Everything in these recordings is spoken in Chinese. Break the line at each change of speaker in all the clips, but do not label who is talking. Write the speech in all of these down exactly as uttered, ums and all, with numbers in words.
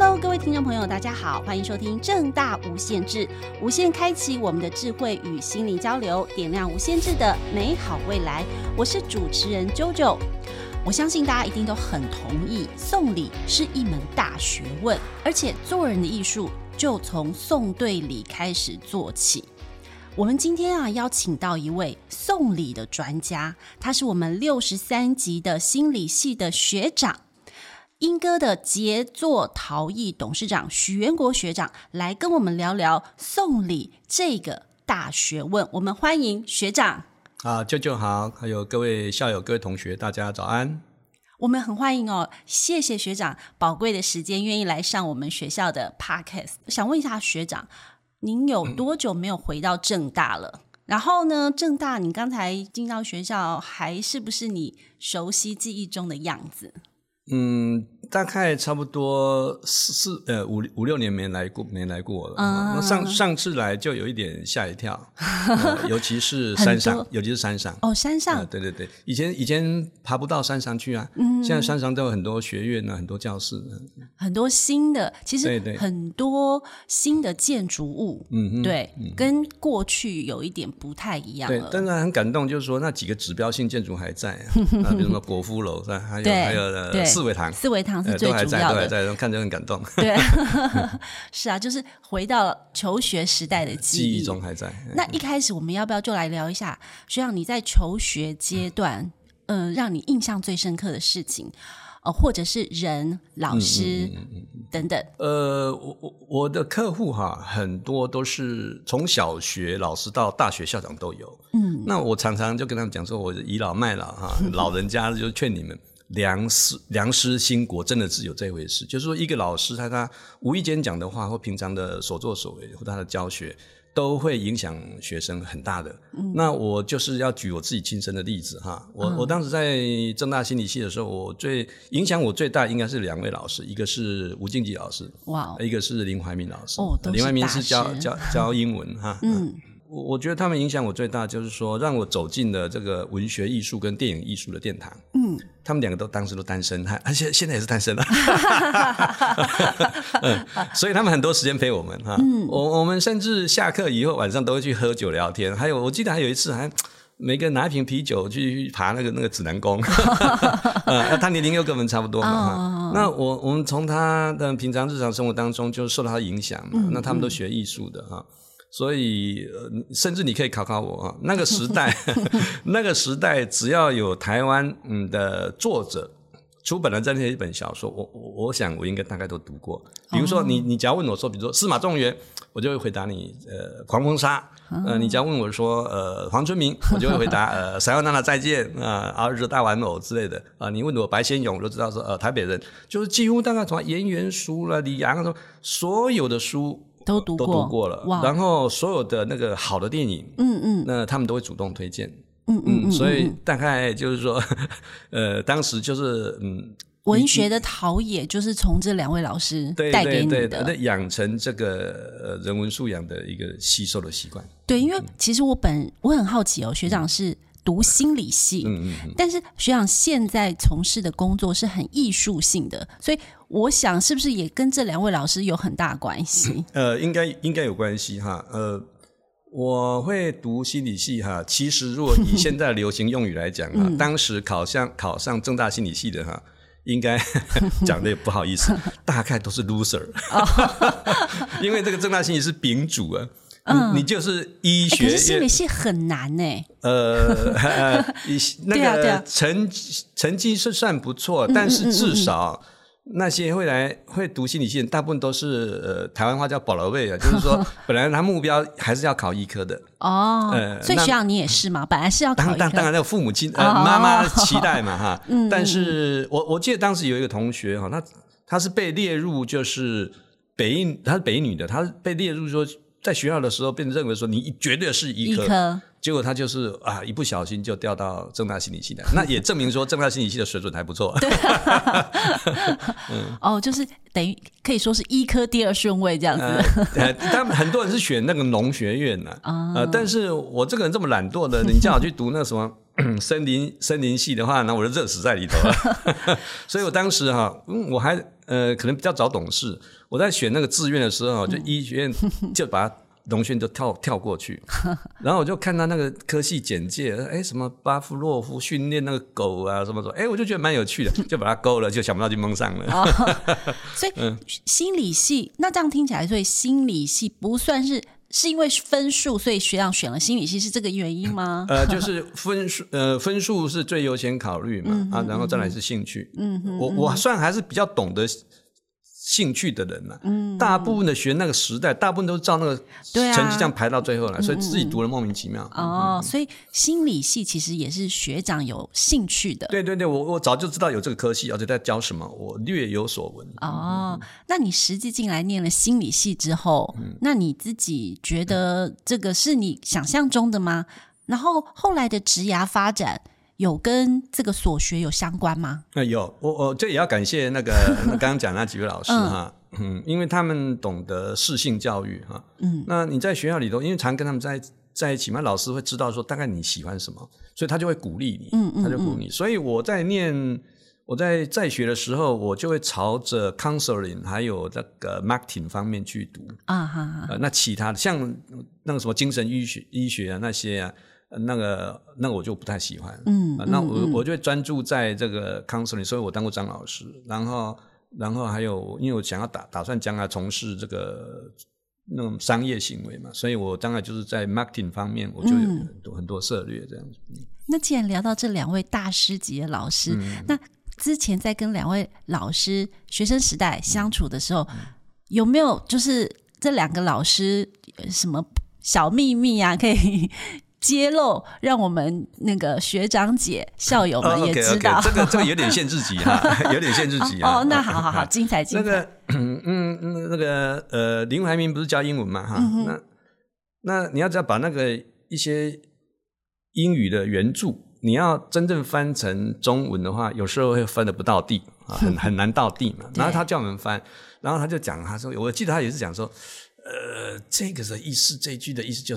Hello， 各位听众朋友，大家好，欢迎收听政大无限制，无限开启我们的智慧与心灵交流，点亮无限制的美好未来。我是主持人 JoJo。我相信大家一定都很同意，送礼是一门大学问，而且做人的艺术就从送对礼开始做起。我们今天啊，邀请到一位送礼的专家，他是我们六十三级的心理系的学长，英歌的杰作陶艺董事长许元国学长，来跟我们聊聊送礼这个大学问。我们欢迎学长。
啊，舅舅好，还有各位校友、各位同学，大家早安。
我们很欢迎哦，谢谢学长宝贵的时间，愿意来上我们学校的 podcast。想问一下学长，您有多久没有回到政大了？嗯、然后呢，政大你刚才进到学校，还是不是你熟悉记忆中的样子？
嗯，大概差不多四呃五五六年没来过，没来过了。嗯、那上上次来就有一点吓一跳，呃、尤其是山上，尤其是山上。
哦，山上、呃。
对对对，以前以前爬不到山上去啊，嗯、现在山上都有很多学院啊，很多教室，
很多新的，其实很多新的建筑物，
嗯
对，嗯、跟过去有一点不太一样了。
对，但是很感动，就是说那几个指标性建筑还在啊，啊比如什么国父楼，还有还有呃。四维堂，
四维堂是最主要的，
都还在，都还在，看着很感动。
对，是啊，就是回到求学时代的记忆，
记忆中还在。
那一开始我们要不要就来聊一下，学长你在求学阶段，嗯、呃，让你印象最深刻的事情，呃，或者是人、老师、嗯嗯嗯嗯、等等。呃，
我我我的客户哈，很多都是从小学老师到大学校长都有。嗯，那我常常就跟他们讲说，我倚老卖老哈，老人家就劝你们。良师良师兴国，真的是有这回事。就是说，一个老师他他无意间讲的话，或平常的所作所为，或他的教学，都会影响学生很大的。嗯、那我就是要举我自己亲身的例子哈。我、嗯、我当时在政大心理系的时候，我最影响我最大应该是两位老师，一个是吴敬吉老师，哇，一个是林怀民老师。
哦，都是大师。
林怀民是教教教英文哈。嗯。我觉得他们影响我最大，就是说让我走进了这个文学艺术跟电影艺术的殿堂。嗯，他们两个都当时都单身，他现现在也是单身了。嗯，所以他们很多时间陪我们哈。嗯，我我们甚至下课以后晚上都会去喝酒聊天。还有我记得还有一次还每个人拿一瓶啤酒去爬那个那个指南宫。嗯，他年龄又跟我们差不多嘛。哦、那我我们从他的平常日常生活当中就受到他影响嘛。嗯、那他们都学艺术的哈。所以、呃、甚至你可以考考我啊，那个时代那个时代只要有台湾嗯的作者出版了这样一本小说，我我我想我应该大概都读过。比如说你你只要问我说，比如说司马仲源，我就会回答你呃狂风沙。呃你只要问我说呃黄春明，我就会回答呃塞万娜娜再见啊、呃、儿子大玩偶之类的啊、呃。你问我白先勇，我就知道说呃台北人，就是几乎大概从严元书了李阳什么所有的书。
都读过，
都读过了，然后所有的那个好的电影，嗯嗯，那他们都会主动推荐，嗯嗯, 嗯，所以大概就是说，呃，当时就是嗯，
文学的陶冶就是从这两位老师带给你的，
对对对，养成这个呃人文素养的一个吸收的习惯。
对，因为其实我本我很好奇哦，学长是读心理系，嗯嗯嗯，但是学长现在从事的工作是很艺术性的，所以我想是不是也跟这两位老师有很大关系？
呃，应该应该有关系哈。呃，我会读心理系哈，其实如果以现在流行用语来讲哈，嗯、当时考上考上政大心理系的哈，应该讲的也不好意思，大概都是 loser， 因为这个政大心理是丙组啊。嗯、你, 你就是医学院、欸、可是
心理系很难呢、欸。
呃，呃那个成成绩是算不错，但是至少那些会来会读心理系的，大部分都是呃台湾话叫保留位啊，就是说本来他目标还是要考医科的
哦。呃，所以学长你也是嘛，本来是要考医科，
当当然那个父母亲呃妈妈期待嘛哈。嗯、但是我我记得当时有一个同学哈，他他是被列入就是北一，他是北一女的，他是被列入说。在学校的时候被认为说你绝对是医科，医科结果他就是啊一不小心就掉到政大心理系来，那也证明说政大心理系的水准还不错。对、
嗯，哦，就是等于可以说是医科第二顺位这样子。
呃，他们很多人是选那个农学院呢、啊，啊、呃，但是我这个人这么懒惰的，你叫我去读那什么森林森林系的话，那我就热死在里头了。所以我当时哈、嗯，我还呃可能比较早懂事，我在选那个志愿的时候，就医学院就把它农学院就跳跳过去，然后我就看到那个科系简介，哎，什么巴夫洛夫训练那个狗啊，什么什么，哎，我就觉得蛮有趣的，就把它勾了，就想不到就蒙上了。
哦、所以、嗯、心理系，那这样听起来，所以心理系不算是。是因为分数，所以学长选了心理系，是这个原因吗？
呃，就是分数，呃，分数是最优先考虑嘛，嗯、啊，然后再来是兴趣。嗯哼，我我算还是比较懂得兴趣的人嘛、啊。嗯，大部分的学那个时代，大部分都是照那个成绩这样排到最后来，啊、所以自己读了莫名其妙。
哦、
嗯，
所以心理系其实也是学长有兴趣的。
对对对，我我早就知道有这个科系，而且在教什么，我略有所闻。
哦，嗯、那你实际进来念了心理系之后，嗯、那你自己觉得这个是你想象中的吗？然后后来的职涯发展有跟这个所学有相关吗？
呃、有，我我这也要感谢那个刚刚讲那几位老师哈。嗯嗯，因为他们懂得适性教育哈，嗯，那你在学校里头，因为常跟他们在在一起嘛，老师会知道说大概你喜欢什么，所以他就会鼓励你，嗯嗯，他就鼓励你。所以我在念我在在学的时候，我就会朝着 counseling 还有这个 marketing 方面去读啊哈哈、呃。那其他的像那个什么精神医学医学啊那些啊，那个那个我就不太喜欢，嗯，呃、那我、嗯、我就会专注在这个 counseling， 所以我当过张老师，然后。然后还有，因为我想要打打算将来从事这个那种商业行为嘛，所以我当然就是在 marketing 方面，我就有很多、嗯、很多策略这样子。
那既然聊到这两位大师级的老师，嗯、那之前在跟两位老师学生时代相处的时候，嗯、有没有就是这两个老师什么小秘密啊，可以揭露，让我们那个学长姐校友们也知道。
哦、okay, okay, 这个这个有点限制级哈，有点限制级啊。
哦，那好好好，精彩精彩。
那个嗯嗯那个呃林怀民不是教英文嘛哈、嗯，那那你要只要把那个一些英语的原著，你要真正翻成中文的话，有时候会翻得不到地啊，很很难到地嘛。然后他叫我们翻，然后他就讲，他说，我记得他也是讲说，呃，这个的意思，这一句的意思就是。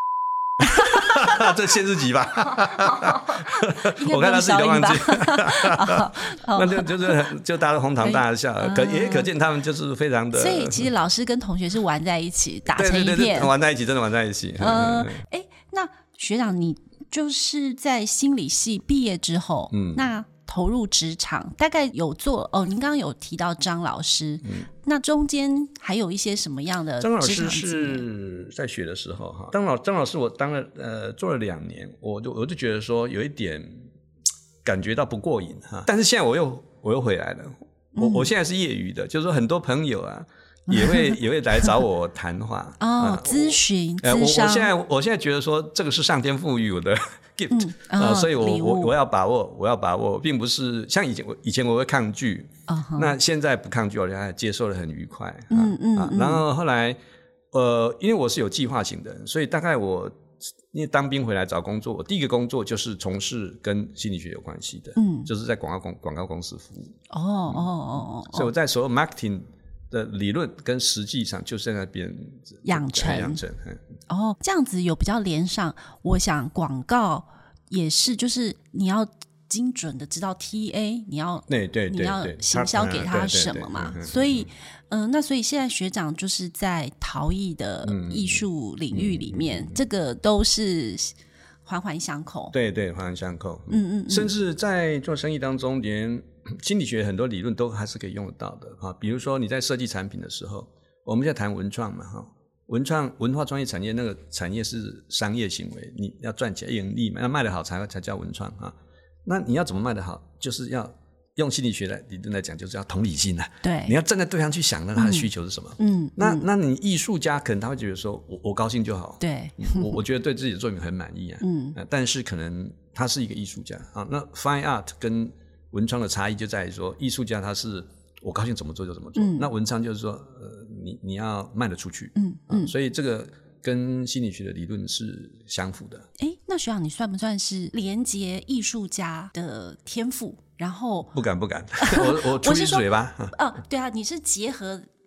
这限制级吧我看他自己都忘记那就就是就大家哄堂大笑，可也可见他们就是非常的。
所以其实老师跟同学是玩在一起，打成一片，
对对对对，玩在一起，真的玩在一起。
呃，哎，那学长，你就是在心理系毕业之后，嗯，那投入职场，大概有做哦。您刚刚有提到张老师，嗯、那中间还有一些什么样的职场经验？
张老师是在学的时候哈，张老张老师我当了呃做了两年，我就我就觉得说有一点感觉到不过瘾哈。但是现在我又我又回来了，我、嗯、我现在是业余的，就是说很多朋友啊。也会也会来找我谈话
哦，咨询、
呃、
咨商。
我我现在我现在觉得说这个是上天赋予我的 gift，嗯哦呃、所以我我我要把握，我要把握，并不是像以前我以前我会抗拒，哦、那现在不抗拒，我现在接受得很愉快。嗯嗯、啊、然后后来呃，因为我是有计划型的人，所以大概我因为当兵回来找工作，我第一个工作就是从事跟心理学有关系的，嗯，就是在广告公广告公司服务。哦哦哦哦，所以我在所有 marketing的理论跟实际上就是在那边
养成
养成。
哦，这样子有比较连上。我想广告也是，就是你要精准的知道 T A， 你要
对对对，
你要行销给他什么嘛？所以，嗯、呃，那所以现在学长就是在陶艺的艺术领域里面，嗯、这个都是环环相扣。
对对，环环相扣。嗯嗯，甚至在做生意当中，连心理学很多理论都还是可以用得到的哈。比如说你在设计产品的时候，我们在谈文创嘛哈，文创文化专业产业那个产业是商业行为，你要赚钱盈利嘛，要卖得好才才叫文创哈。那你要怎么卖得好，就是要用心理学的理论来讲，就是要同理心啊。对，你要站在对方去想，那他的需求是什么？嗯，那那你艺术家可能他会觉得说，我我高兴就好。对，我我觉得对自己的作品很满意啊。嗯、呃，但是可能他是一个艺术家啊。那 fine art 跟文创的差异就在于说，艺术家他是我高兴怎么做就怎么做，嗯、那文创就是说，呃，你你要卖得出去。嗯嗯、啊，所以这个跟心理学的理论是相符的。
诶，那学长你算不算是连结艺术家的天赋？然后
不敢不敢，我我出一嘴巴。
哦，对啊，你是结合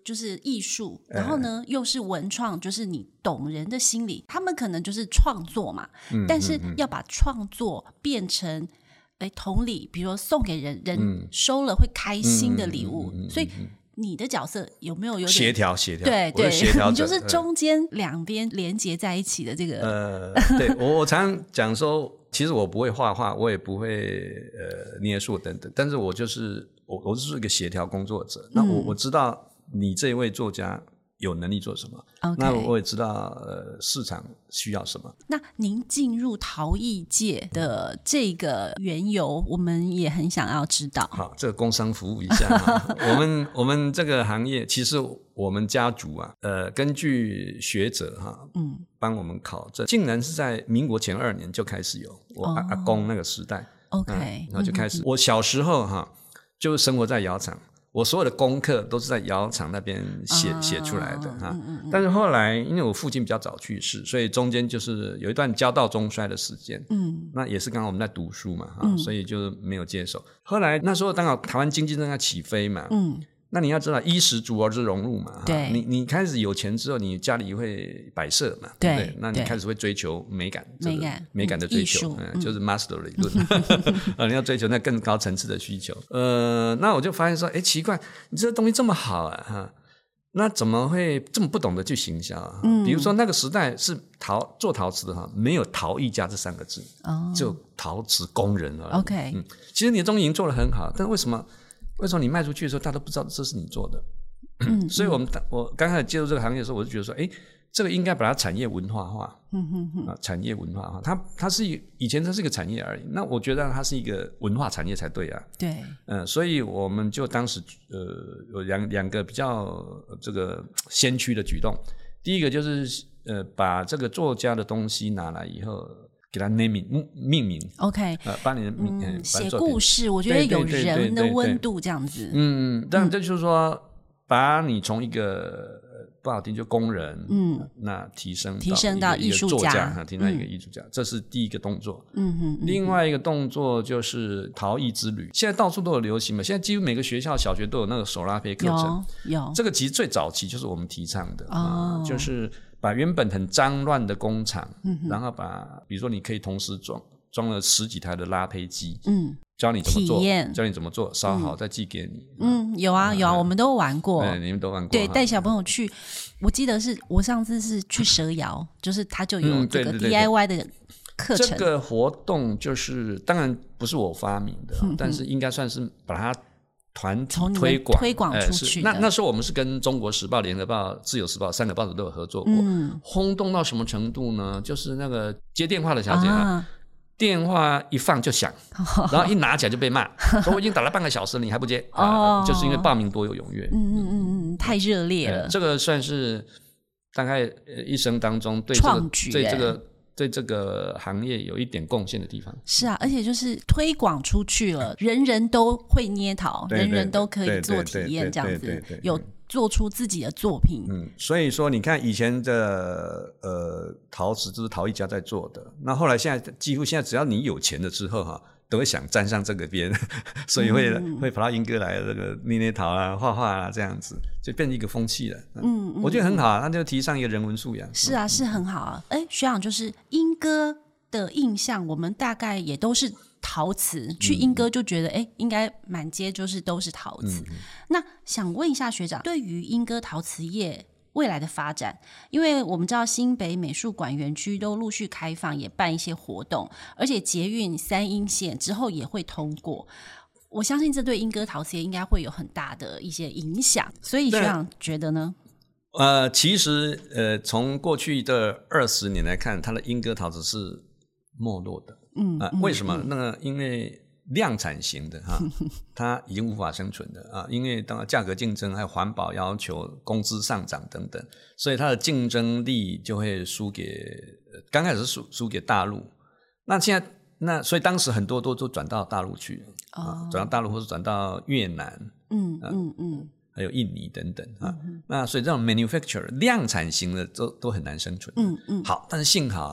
就是艺术，然后呢、呃、又是文创，就是你懂人的心理，他们可能就是创作嘛、嗯、但是要把创作变成哎同理，比如说送给人，人收了会开心的礼物、嗯、所以你的角色有没有有点
协调协调？
对对，
协调
你就是中间两边连接在一起的这个。
呃，对我我常常讲说，其实我不会画画，我也不会呃捏塑等等，但是我就是我我是一个协调工作者。嗯、那我我知道你这一位作家有能力做什么， okay. 那我也知道呃市场需要什么。
那您进入陶艺界的这个缘由，我们也很想要知道。
好，这个工商服务一下我们我们这个行业，其实我们家族啊，呃，根据学者哈，嗯，帮我们考证，竟然是在民国前二年就开始有，我阿、哦、阿公那个时代
，OK，、嗯、
然后就开始。嗯、我小时候哈，就生活在窑厂。我所有的功课都是在窑厂那边写、啊、写出来的哈、嗯嗯嗯，但是后来因为我父亲比较早去世，所以中间就是有一段交道中衰的时间，嗯，那也是刚好我们在读书嘛，哈、嗯，所以就没有接手。后来那时候刚好台湾经济正在起飞嘛，嗯。那你要知道衣食足而知荣辱嘛，
对，
你你开始有钱之后，你家里会摆设嘛， 对, 对，那你开始会追求美感，
美感、
美感的追求，嗯嗯、就是 master 理论，啊，你要追求那更高层次的需求。呃，那我就发现说，哎，奇怪，你这东西这么好啊，哈，那怎么会这么不懂得去行销啊？嗯、比如说那个时代是陶做陶瓷的哈，没有陶艺家这三个字，哦，只有陶瓷工人而已。
OK，
嗯，其实你的东西已经做得很好，但为什么？为什么你卖出去的时候，大家都不知道这是你做的？嗯、所以我们我刚开始接触这个行业的时候，我就觉得说，哎，这个应该把它产业文化化，嗯哼哼啊，产业文化化，它它是一以前它是一个产业而已，那我觉得它是一个文化产业才对啊。
对，
嗯、呃，所以我们就当时呃有两两个比较这个先驱的举动，第一个就是呃把这个作家的东西拿来以后。给它 naming 命名
，OK，
呃，把你的名
嗯写故事，我觉得有人的温度这样子。
嗯，但这就是说，把你从一个不好听就工人，嗯，那提升
提升到艺术家，
提升到一个艺术家，这是第一个动作。嗯哼，另外一个动作就是陶艺之旅，现在到处都有流行嘛，现在几乎每个学校小学都有那个手拉胚课程，
有有。
这个其实最早期就是我们提倡的，哦，就是把原本很脏乱的工厂，嗯，然后把比如说你可以同时装装了十几台的拉胚机，嗯，教你怎么做，教你怎么做，烧好再寄给你。
嗯，有啊有啊，我们都玩过，
对，你们都玩过。
对，带小朋友去，我记得是我上次是去蛇窑，就是他就有这个 D I Y 的课程。
这个活动就是当然不是我发明的，嗯，但是应该算是把它团体推广
推广出去的，
呃、那那时候我们是跟中国时报、联合报、自由时报三个报纸都有合作过，嗯，轰动到什么程度呢？就是那个接电话的小姐啊，啊电话一放就响，哦，然后一拿起来就被骂，说我已经打了半个小时了，你还不接，哦，呃、就是因为报名多有踊跃，
嗯嗯嗯嗯，太热烈了，
呃。这个算是大概一生当中对这个
创举，
对这个。对这个行业有一点贡献的地方。
是啊，而且就是推广出去了，人人都会捏陶，人人都可以做体验，这样子有做出自己的作品。
嗯，所以说你看以前的呃陶瓷就是陶艺家在做的，那后来现在几乎现在只要你有钱了之后哈，都会想沾上这个边，所以会、嗯、会跑到英哥来这个捏捏陶啊、画画啊这样子，就变成一个风气了。嗯，嗯我觉得很好啊，他就提倡一个人文素养。
是啊，是很好啊。哎，学长，就是英哥的印象，我们大概也都是陶瓷，去英哥就觉得哎，应该满街就是都是陶瓷。嗯、那想问一下学长，对于英哥陶瓷业未来的发展，因为我们知道新北美术馆园区都陆续开放，也办一些活动，而且捷运三鶯线之后也会通过，我相信这对英哥陶瓷业应该会有很大的一些影响，所以学长觉得呢？
呃，其实呃，从过去的二十年来看，它的英哥陶瓷是没落的。嗯，呃、为什么？嗯、那个因为量产型的哈，它已经无法生存的啊，因为当然价格竞争还有环保要求、工资上涨等等，所以它的竞争力就会输给刚开始是输输给大陆。那现在那所以当时很多都都转到大陆去了，哦啊，转到大陆或是转到越南，嗯嗯嗯，还有印尼等等啊。嗯嗯那所以这种 manufacturer 量产型的都都很难生存。嗯嗯，好，但是幸好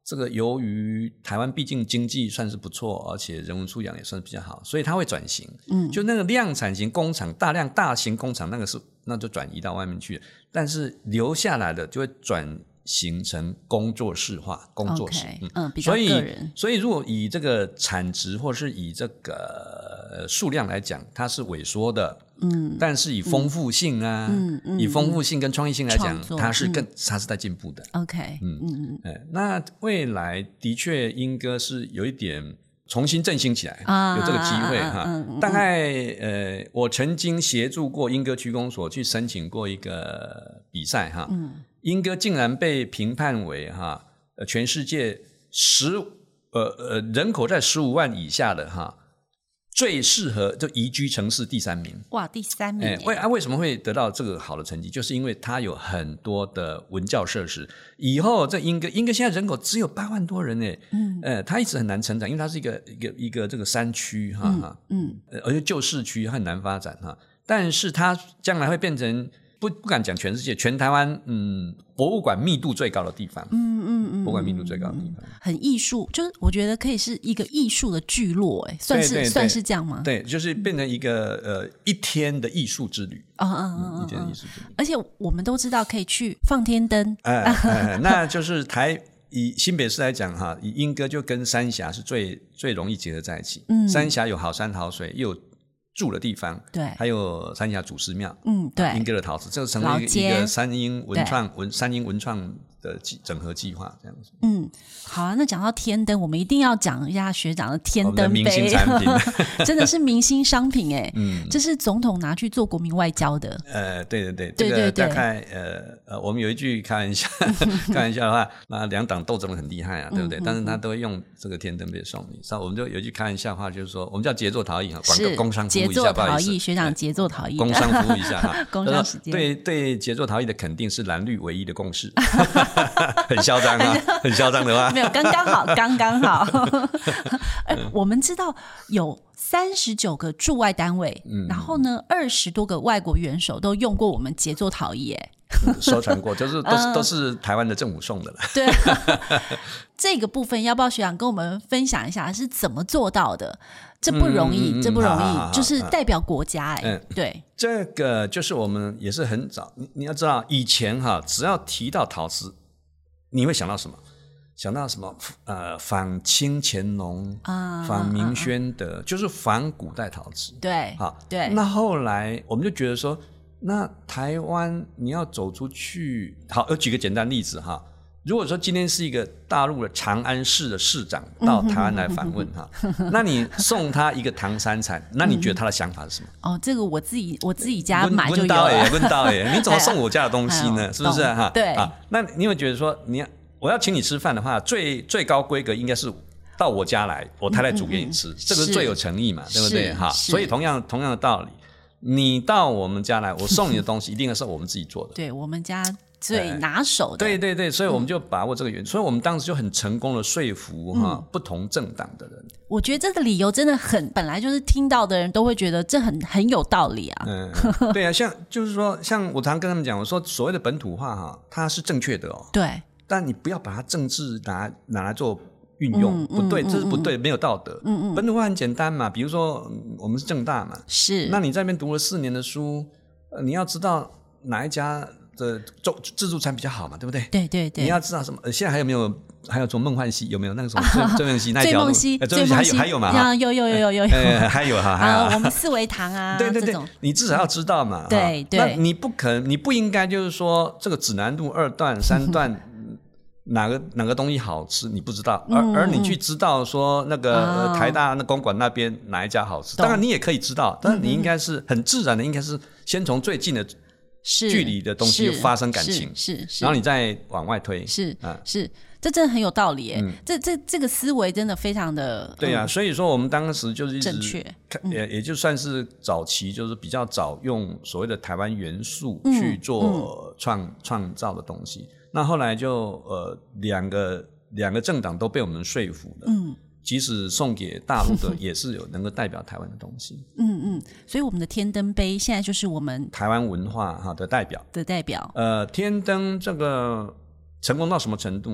这个由于台湾毕竟经济算是不错，而且人文素养也算是比较好，所以它会转型。嗯，就那个量产型工厂，大量大型工厂那个是那就转移到外面去了，但是留下来的就会转形成工作室化，工作室。
Okay, 嗯，比较个人。
所以，所以如果以这个产值或是以这个数量来讲，它是萎缩的。嗯，但是以丰富性啊，嗯嗯、以丰富性跟创意性来讲，它是更、嗯、它是在进步的。
OK，
嗯嗯嗯，那未来的确鸚哥是有一点重新振兴起来，啊、有这个机会哈、啊嗯嗯。大概呃，我曾经协助过鸚哥区公所去申请过一个比赛哈，嗯，鸚哥竟然被评判为哈，呃，全世界十呃呃人口在十五万以下的哈。最适合就宜居城市第三名。
哇，第三名、欸！
为啊为什么会得到这个好的成绩？就是因为它有很多的文教设施。以后这鸚哥，鸚哥现在人口只有八万多人诶，嗯，呃，它一直很难成长，因为它是一个一个一个这个山区哈哈，嗯，嗯而且旧市区很难发展哈。但是它将来会变成不不敢讲全世界，全台湾嗯博物馆密度最高的地方。嗯嗯嗯，博物馆密度最高的地方，
很艺术，就是我觉得可以是一个艺术的聚落，哎，算是对对对算是这样吗？
对，就是变成一个呃一天的艺术之旅。嗯嗯嗯，一天的艺术之旅。
而且我们都知道可以去放天灯。
哎、呃呃，那就是台以新北市来讲哈，以鸚哥就跟三峡是最最容易结合在一起。嗯，三峡有好山好水，又有住的地方，
对，
还有三峡祖师庙，
嗯，对，
鸚哥的陶瓷，这个成为一个一个三英文创文三英文创的整合计划，这样子。
嗯，好啊，那讲到天灯，我们一定要讲一下学长的天灯杯，
明星产品，
真的是明星商品哎，嗯，这是总统拿去做国民外交的。
呃，对对对，对对对，这个大概呃呃，我们有一句开玩笑，开玩笑的话，那两党斗争的很厉害啊，对不对？嗯、但是他都会用这个天灯杯送你，所以我们就有一句开玩笑的话，就是说，我们叫节作陶艺哈，广告工商服务一下，不好意思，
学长节作陶艺，
工商服务一下哈，
工商时间。
对对，节作陶艺的肯定是蓝绿唯一的共识，很嚣张啊，很嚣张的话，
没有，刚刚好，刚刚好。我们知道有三十九个驻外单位，嗯、然后呢，二十多个外国元首都用过我们节作陶艺，哎。
嗯、收藏过，就是都是、嗯、都是台湾的政府送的了。
对，这个部分要不要学长跟我们分享一下是怎么做到的？这不容易，嗯、这不容易，好好好就是代表国家哎、欸。嗯，对，
这个就是我们也是很早，你你要知道，以前哈，只要提到陶瓷，你会想到什么？想到什么？呃，仿清乾隆啊，仿明宣德，啊、就是仿古代陶瓷。
对，
好，
对。
那后来我们就觉得说。那台湾你要走出去，好，我举个简单例子哈。如果说今天是一个大陆的长安市的市长到台湾来访问哈，那你送他一个唐三彩，那你觉得他的想法是什么？
哦，这个我自己我自己家买就有了。
问到哎，问到哎，你怎么送我家的东西呢？是不是哈？
对
啊，那你会觉得说，你我要请你吃饭的话，最最高规格应该是到我家来，我太太煮给你吃，嗯嗯嗯这个是最有诚意嘛，对不对？哈，所以同样同样的道理。你到我们家来，我送你的东西一定是我们自己做的，
对我们家最拿手的。
对对对，所以我们就把握这个原因，嗯、所以我们当时就很成功的说服哈、嗯、不同政党的人。
我觉得这个理由真的很，本来就是听到的人都会觉得这很很有道理啊。
嗯，对啊，像就是说，像我常常跟他们讲，我说所谓的本土化哈，它是正确的哦，
对，
但你不要把它政治拿拿来做。运用、嗯、不对、嗯，这是不对、嗯，没有道德。嗯嗯，本土化很简单嘛，比如说我们是政大嘛，
是，
那你在那边读了四年的书，呃、你要知道哪一家的自助餐比较好嘛，对不对？
对对对，
你要知道什么？呃、现在还有没有？还有什么梦幻溪有没有那个什么追梦溪那条路？
追梦溪，
追梦溪还有还有嘛？
啊，有有有有有有，
呃、还有哈，还有、
啊、我们四维堂啊，
对对对，你至少要知道嘛。
对对，
那你不可能，你不应该就是说这个指南路二段、三段。哪个哪个东西好吃你不知道，而、嗯、而你去知道说那个、啊、台大那公馆那边哪一家好吃，当然你也可以知道，但是你应该是很自然的，应该是先从最近的距离的东西发生感情，
是 是, 是，
然后你再往外推，
是、嗯、是，这真的很有道理耶、嗯、这这这个思维真的非常的
对啊、嗯，所以说我们当时就是一直
正确，
也也就算是早期就是比较早用所谓的台湾元素去做创创、嗯嗯、造的东西。那后来就呃两个两个政党都被我们说服了，嗯，即使送给大陆的也是有能够代表台湾的东西，
嗯嗯，所以我们的天灯杯现在就是我们
台湾文化哈的代表
的代表。
呃，天灯这个成功到什么程度呢？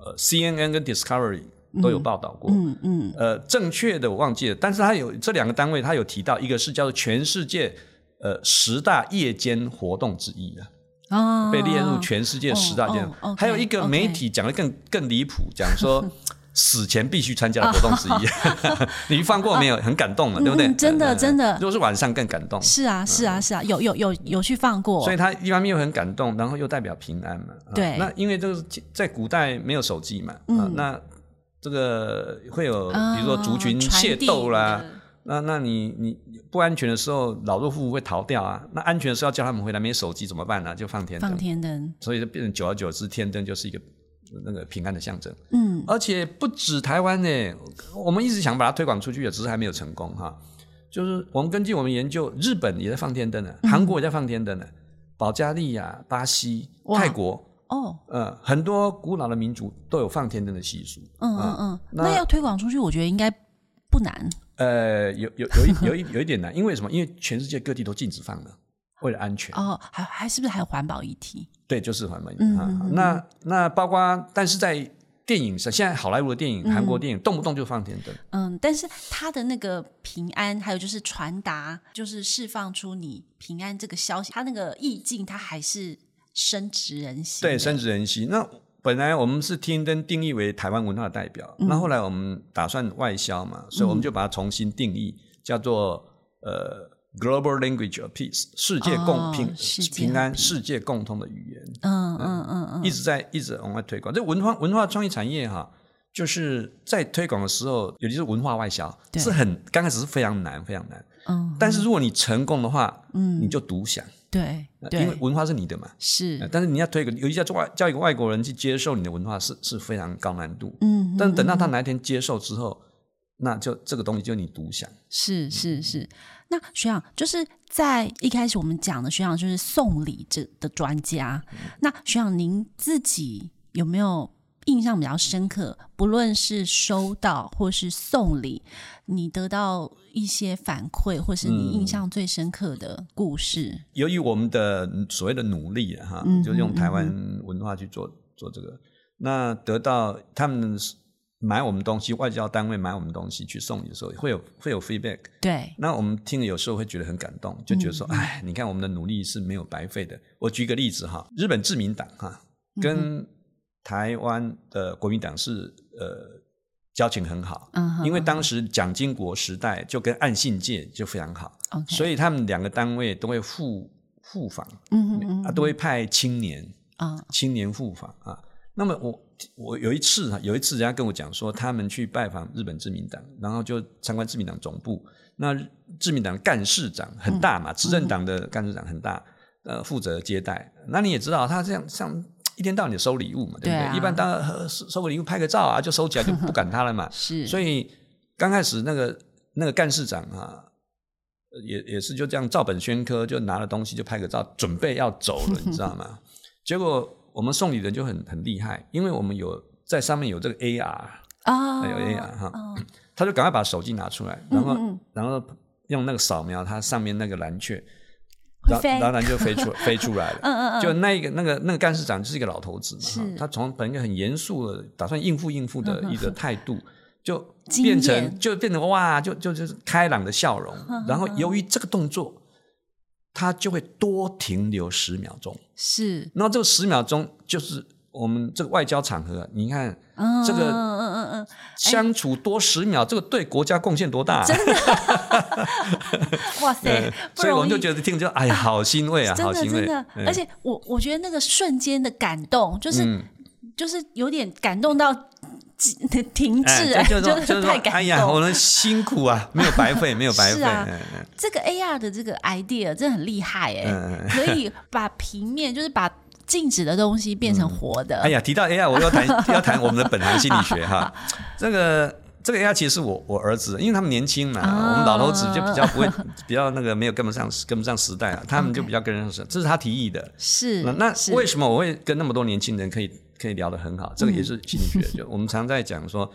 呃 C N N 跟 Discovery 都有报道过。嗯嗯。呃，正确的我忘记了，但是它有这两个单位，它有提到一个是叫做全世界呃十大夜间活动之一啊。哦、被列入全世界十大夜间、哦哦 okay, 还有一个媒体讲的更更离谱，讲说死前必须参加的活动之一。你放过没有？很感动嘛，对不对？
嗯、真的真的。
如果是晚上更感动。
是啊是啊是啊，有有有有去放过。
所以它一方面又很感动，然后又代表平安嘛。
对。
那因为这个在古代没有手机嘛，嗯、啊，那这个会有比如说族群械斗啦。嗯那那你你不安全的时候，老弱妇孺会逃掉啊。那安全的时候要叫他们回来，没手机怎么办呢、啊？就放天灯。
放天灯，
所以就变成久而久之，天灯就是一个那个平安的象征。嗯，而且不止台湾呢，我们一直想把它推广出去，只是还没有成功哈。就是我们根据我们研究，日本也在放天灯呢，韩国也在放天灯呢，保加利亚、巴西、泰国。哦，呃，很多古老的民族都有放天灯的习俗。
嗯嗯嗯，那, 那要推广出去，我觉得应该不难。
呃，有有有一有一有一点难，因为什么？因为全世界各地都禁止放了，为了安全。
哦，还还是不是还有环保议题？
对，就是环保议题。嗯嗯嗯那那包括，但是在电影上，现在好莱坞的电影、韩国电影，动不动就放天灯。
嗯，但是它的那个平安，还有就是传达，就是释放出你平安这个消息，它那个意境，它还是深植人心。
对，深植人心。那本来我们是天灯定义为台湾文化的代表，那、嗯、后来我们打算外销嘛，所以我们就把它重新定义，嗯、叫做呃 Global Language of Peace， 世界共平、哦、平安世界共同的语言。嗯嗯嗯嗯，一直在一直往外推广。这文化文化创意产业哈，就是在推广的时候，尤其是文化外销，是很刚开始是非常难非常难。嗯，但是如果你成功的话，嗯，你就独享。
对，
因为文化是你的嘛，
是，
但是你要推一个，尤其叫叫一个外国人去接受你的文化是是非常高难度，嗯，但是等到他哪一天接受之后，那就这个东西就你独享。
是是是，那学长就是在一开始我们讲的学长就是送礼这的专家，嗯、那学长您自己有没有印象比较深刻？不论是收到或是送礼，你得到一些反馈，或是你印象最深刻的故事。嗯、
由于我们的所谓的努力哈，嗯、就用台湾文化去做、嗯、做这个，那得到他们买我们东西，外交单位买我们东西去送礼的时候，会有会有 feedback。
对，
那我们听了有时候会觉得很感动，就觉得说，哎、嗯，你看我们的努力是没有白费的。我举个例子哈，日本自民党哈跟、嗯台湾的国民党是呃交情很好，嗯、因为当时蒋经国时代就跟岸信介就非常好， okay. 所以他们两个单位都会互互访，嗯嗯啊，都会派青年啊，青年互访啊。那么我我有一次有一次人家跟我讲说，他们去拜访日本自民党，然后就参观自民党总部。那自民党干事长很大嘛，执、嗯、政党的干事长很大，呃，负责接待。那你也知道，他这样像。一天到晚的收礼物嘛，对不对？啊、一般当然收个礼物拍个照啊，就收起来就不管他了嘛。是，所以刚开始那个那个干事长啊，也也是就这样照本宣科，就拿了东西就拍个照，准备要走了，你知道吗？结果我们送礼人就很很厉害，因为我们有在上面有这个 A R 啊，有 A R 哈、哦，他就赶快把手机拿出来，然后、嗯、然后用那个扫描它上面那个蓝雀。然后就飞出飞出来了，嗯嗯嗯，就那个那个那个干事长就是一个老头子嘛，他从本来很严肃的打算应付应付的一个态度，嗯、就变成就变成哇，就就就是开朗的笑容。嗯、然后由于这个动作，他就会多停留十秒钟，是，然后这个十秒钟就是我们这个外交场合，你看、嗯、这个嗯嗯嗯相处多十秒，这个对国家贡献多大、啊？真的，哇塞！所以我们就觉得听着，哎呀，好欣慰啊，好欣慰！真的，
嗯、而且我我觉得那个瞬间的感动，就是、嗯、就是有点感动到停滞、哎，
就是
就是太感动。
哎呀，我们辛苦啊，没有白费，没有白费。是啊，
嗯、这个 A R 的这个 idea 真的很厉害哎、欸，嗯、可以把平面就是把。静止的东西变成活的、嗯、
哎呀，提到 A R 我要谈要谈我们的本行心理学哈。这个这个 A R 其实是我我儿子，因为他们年轻嘛、哦、我们老头子就比较不会比较那个没有跟不上跟不上时代了，他们就比较跟上时代， okay. 这是他提议的。是那那为什么我会跟那么多年轻人可以可以聊得很好，这个也是心理学、嗯、就我们常在讲说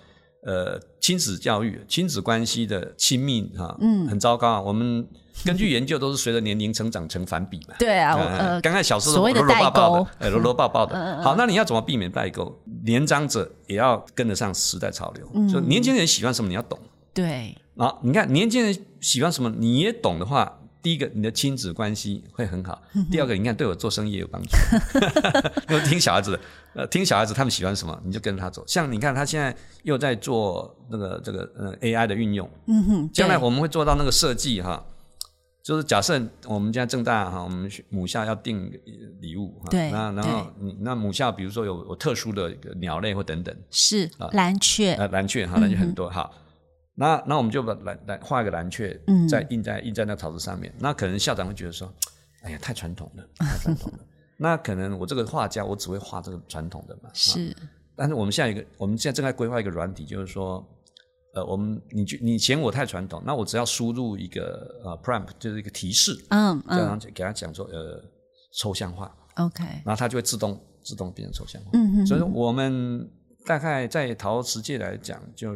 呃亲子教育、亲子关系的亲密哈、啊，嗯，很糟糕啊。我们根据研究都是随着年龄成长成反比嘛。
对啊，呃，
刚开始小时候
所谓的
搂搂抱抱的，
代沟，
搂搂抱抱的。
嗯、
好，那你要怎么避免代沟？年长者也要跟得上时代潮流，嗯、就年轻人喜欢什么你要懂。对，啊，你看年轻人喜欢什么你也懂的话。第一个，你的亲子关系会很好；第二个，你看对我做生意也有帮助。听小孩子的，呃，听小孩子他们喜欢什么，你就跟着他走。像你看，他现在又在做那个这个呃 A I 的运用，嗯哼，将来我们会做到那个设计哈，就是假设我们家正大哈，我们母校要订礼物，
对，
那然后那母校比如说有有特殊的鸟类或等等，
是蓝雀，
呃，蓝雀哈，蓝雀很多哈。那那我们就把蓝蓝画一个蓝雀，嗯，再印在印在那草字上面。那可能校长会觉得说，哎呀，太传统了，太传统了。那可能我这个画家，我只会画这个传统的嘛。是。但是我们现在有一个，我们现在正在规划一个软体，就是说，呃，我们你你嫌我太传统，那我只要输入一个呃 prompt， 就是一个提示，嗯嗯，这样给他讲说，呃，抽象化 ，OK， 然后它就会自动自动变成抽象化。嗯嗯。所以说我们大概在陶瓷界来讲，就是。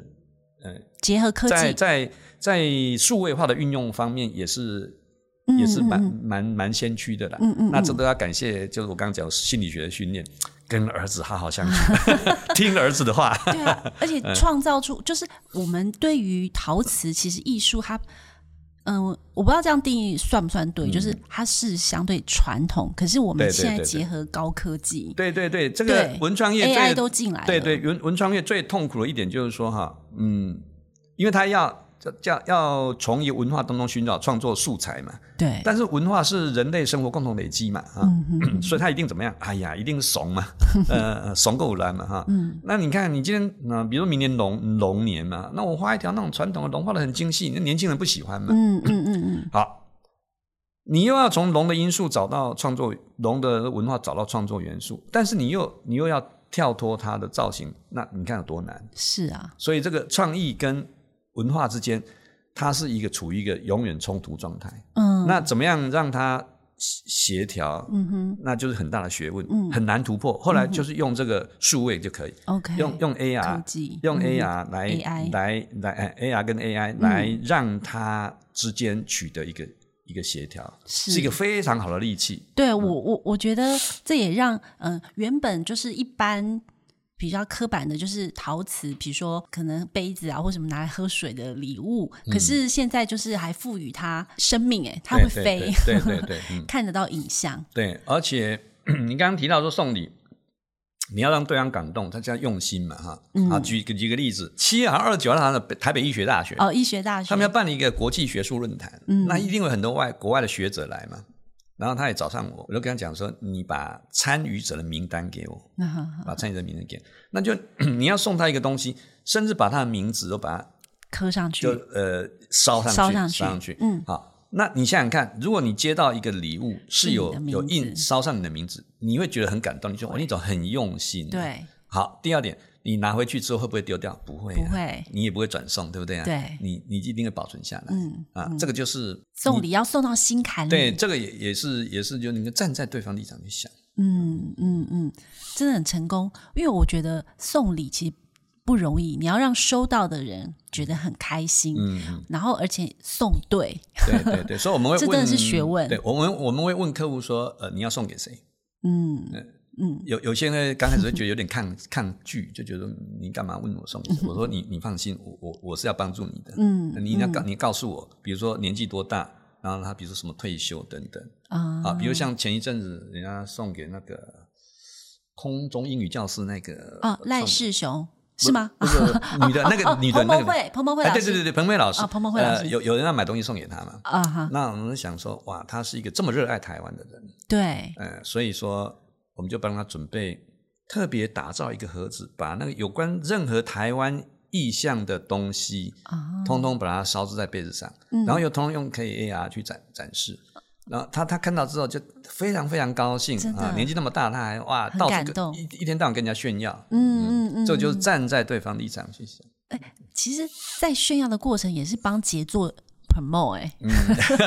结合科技，
在在在数位化的运用方面也是、嗯、也是蛮蛮蛮先驱的啦。嗯嗯嗯，那这都要感谢，就是我刚刚讲心理学的训练，跟儿子好好相处，听儿子的话。
对啊，而且创造出就是我们对于陶瓷，其实艺术它。嗯，我不知道这样定义算不算对，嗯、就是它是相对传统，可是我们现在结合高科技，
对对 对, 对, 对, 对，这个文创业
A I 都进来了，
对对，文文创业最痛苦的一点就是说哈，嗯，因为它要要要从一个文化当中寻找创作素材嘛，对，但是文化是人类生活共同累积嘛，啊，嗯、所以它一定怎么样？哎呀，一定怂嘛，呃，怂够烂嘛，哈，嗯，那你看你今天，那、呃、比如说明年龙龙年嘛，那我画一条那种传统的龙，画得很精细，那年轻人不喜欢嘛，嗯嗯嗯嗯，好，你又要从龙的因素找到创作，龙的文化找到创作元素，但是你又你又要跳脱它的造型，那你看有多难？是啊，所以这个创意跟文化之间，它是一个处于一个永远冲突状态。嗯，那怎么样让它协调？嗯哼，那就是很大的学问，嗯、很难突破。后来就是用这个数位就可以。OK， 用用 A R， 用 A R 来、嗯、来来来 A R 跟 A I 来让它之间取得一个一个协调，是, 是一个非常好的利器。
对、嗯、我我我觉得这也让嗯、呃、原本就是一般。比较刻板的就是陶瓷，比如说可能杯子啊或什么拿来喝水的礼物、嗯、可是现在就是还赋予它生命，哎，它会飞，
对对 对, 对, 对、嗯、看
得到影像。
对，而且你刚刚提到说送礼你要让对方感动，他就要用心嘛哈、嗯。啊，举举个例子，七月二十九号的台北医学大学
哦，医学大学
他们要办一个国际学术论坛、嗯，那一定有很多外国外的学者来嘛。然后他也找上我，我就跟他讲说，你把参与者的名单给我，把参与者的名单给我，那就你要送他一个东西，甚至把他的名字都把它
刻上去，
就呃烧上去，烧上去，烧上去。嗯，好，那你想想看，如果你接到一个礼物是有有印烧上你的名字，你会觉得很感动，你说我那种很用心。
对，
好，第二点。你拿回去之后会不会丢掉？不会、啊，
不会，
你也不会转送，对不对啊？
对，
你你一定会保存下来。嗯啊、嗯，这个就是
送礼要送到心坎里。
对，这个也也是也是，就你站在对方立场去想。
嗯嗯嗯，真的很成功，因为我觉得送礼其实不容易，你要让收到的人觉得很开心，嗯，然后而且送对，
对对对，所以我们会问，
这真的是学问。
对，我们我们会问客户说，呃，你要送给谁？嗯。嗯嗯，有有些人刚开始会觉得有点抗抗拒，就觉得你干嘛问我送礼？我说你你放心，我我我是要帮助你的。嗯，你要告你告诉我，比如说年纪多大，然后他比如说什么退休等等啊、啊，比如像前一阵子人家送给那个空中英语教室那个
啊赖世雄是吗？
那个女的那个女的那个
彭彭慧彭彭慧老师，
对对对对彭慧老师
啊彭彭慧老师，
呃、有有人要买东西送给他嘛？啊哈，那我们想说哇，他是一个这么热爱台湾的人，
对，
呃，所以说。我们就帮他准备特别打造一个盒子，把那个有关任何台湾意象的东西、啊、通通把它烧制在杯子上、嗯、然后又通通用可以 A R 去 展, 展示，然后他他看到之后就非常非常高兴啊！年纪那么大他还哇到处一一天到晚跟人家炫耀，嗯嗯嗯，这就是站在对方立场去想。
哎，其实在炫耀的过程也是帮杰作promote 哎、欸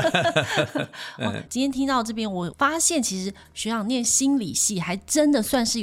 嗯，今天听到这边，我发现其实学长念心理系还真的算是有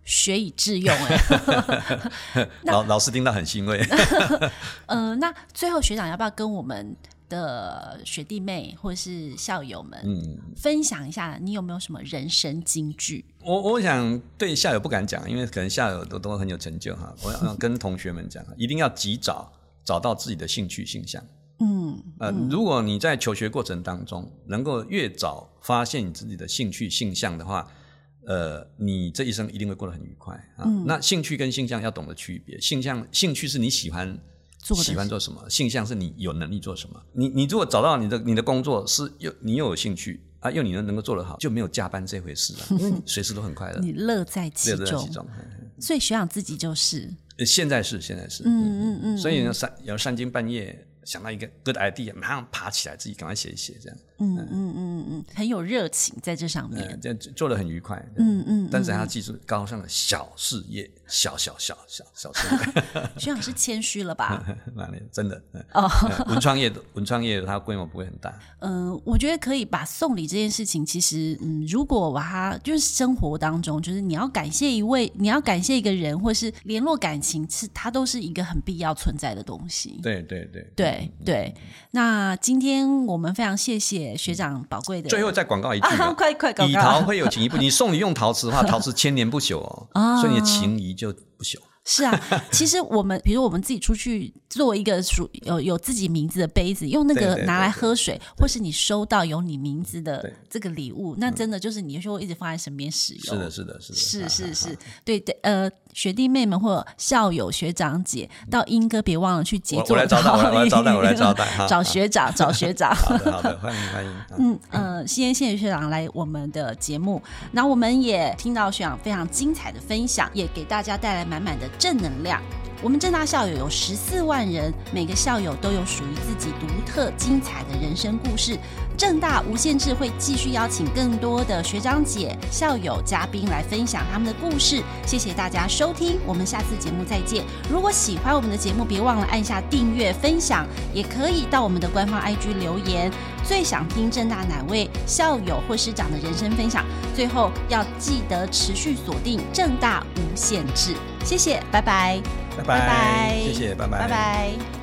学以致用哎，
老老师听到很欣慰。
呃，那最后学长要不要跟我们的学弟妹或是校友们、嗯、分享一下，你有没有什么人生金句？
我我想对校友不敢讲，因为可能校友都都很有成就哈。我要跟同学们讲，一定要及早找到自己的兴趣性向。嗯，呃，嗯如果你在求学过程当中能够越早发现你自己的兴趣性向的话，呃，你这一生一定会过得很愉快啊。嗯、那兴趣跟性向要懂得区别，性向兴趣是你喜欢做喜欢做什么，性向是你有能力做什么。你你如果找到你的你的工作是又你又有兴趣啊，又你能能够做得好，就没有加班这回事啊，因为你随时都很快乐，
你乐在其中。乐在其中，所以学长自己就是，
现在是现在是，嗯嗯嗯，所以呢，三有三更半夜想到一个 good idea， 马上爬起来自己赶快写一写，这样，
嗯嗯嗯嗯嗯，很有热情在这上面，
嗯、这样做得很愉快，嗯嗯，但是还要记住高尚的小事业，小小小小小事业。
学长是谦虚了吧？
真的哦，文创业文创业它规模不会很大。
嗯、呃，我觉得可以把送礼这件事情，其实嗯，如果把它就是生活当中，就是你要感谢一位，你要感谢一个人，或是联络感情，是它都是一个很必要存在的东西。
对对对
对。对对，那今天我们非常谢谢学长宝贵的。
最后再广告一句、啊
啊，快快广告！
以陶会有情谊不，你送礼用陶瓷的话，陶瓷千年不朽哦，啊、所以你的情谊就不朽。
是啊，其实我们比如我们自己出去做一个属有有自己名字的杯子，用那个拿来喝水，对对对对，或是你收到有你名字的这个礼物，那真的就是你就会一直放在身边使用。
是的，是的，是的，
是是是，对对，呃，学弟妹们或校友学长姐到英哥别忘了去结做。
我来招待，我来招待，我来招待，
找学长，找学长。
好的，好的，欢迎欢迎。
嗯呃，先谢谢学长来我们的节目，然后我们也听到学长非常精彩的分享，也给大家带来满满的正能量。我们政大校友有十四万人，每个校友都有属于自己独特精彩的人生故事。政大无限制会继续邀请更多的学长姐、校友、嘉宾来分享他们的故事。谢谢大家收听，我们下次节目再见。如果喜欢我们的节目，别忘了按下订阅、分享，也可以到我们的官方 I G 留言。最想听政大哪位校友或师长的人生分享？最后要记得持续锁定政大无限制。谢谢，拜拜，
拜拜，谢谢，拜拜，
拜拜。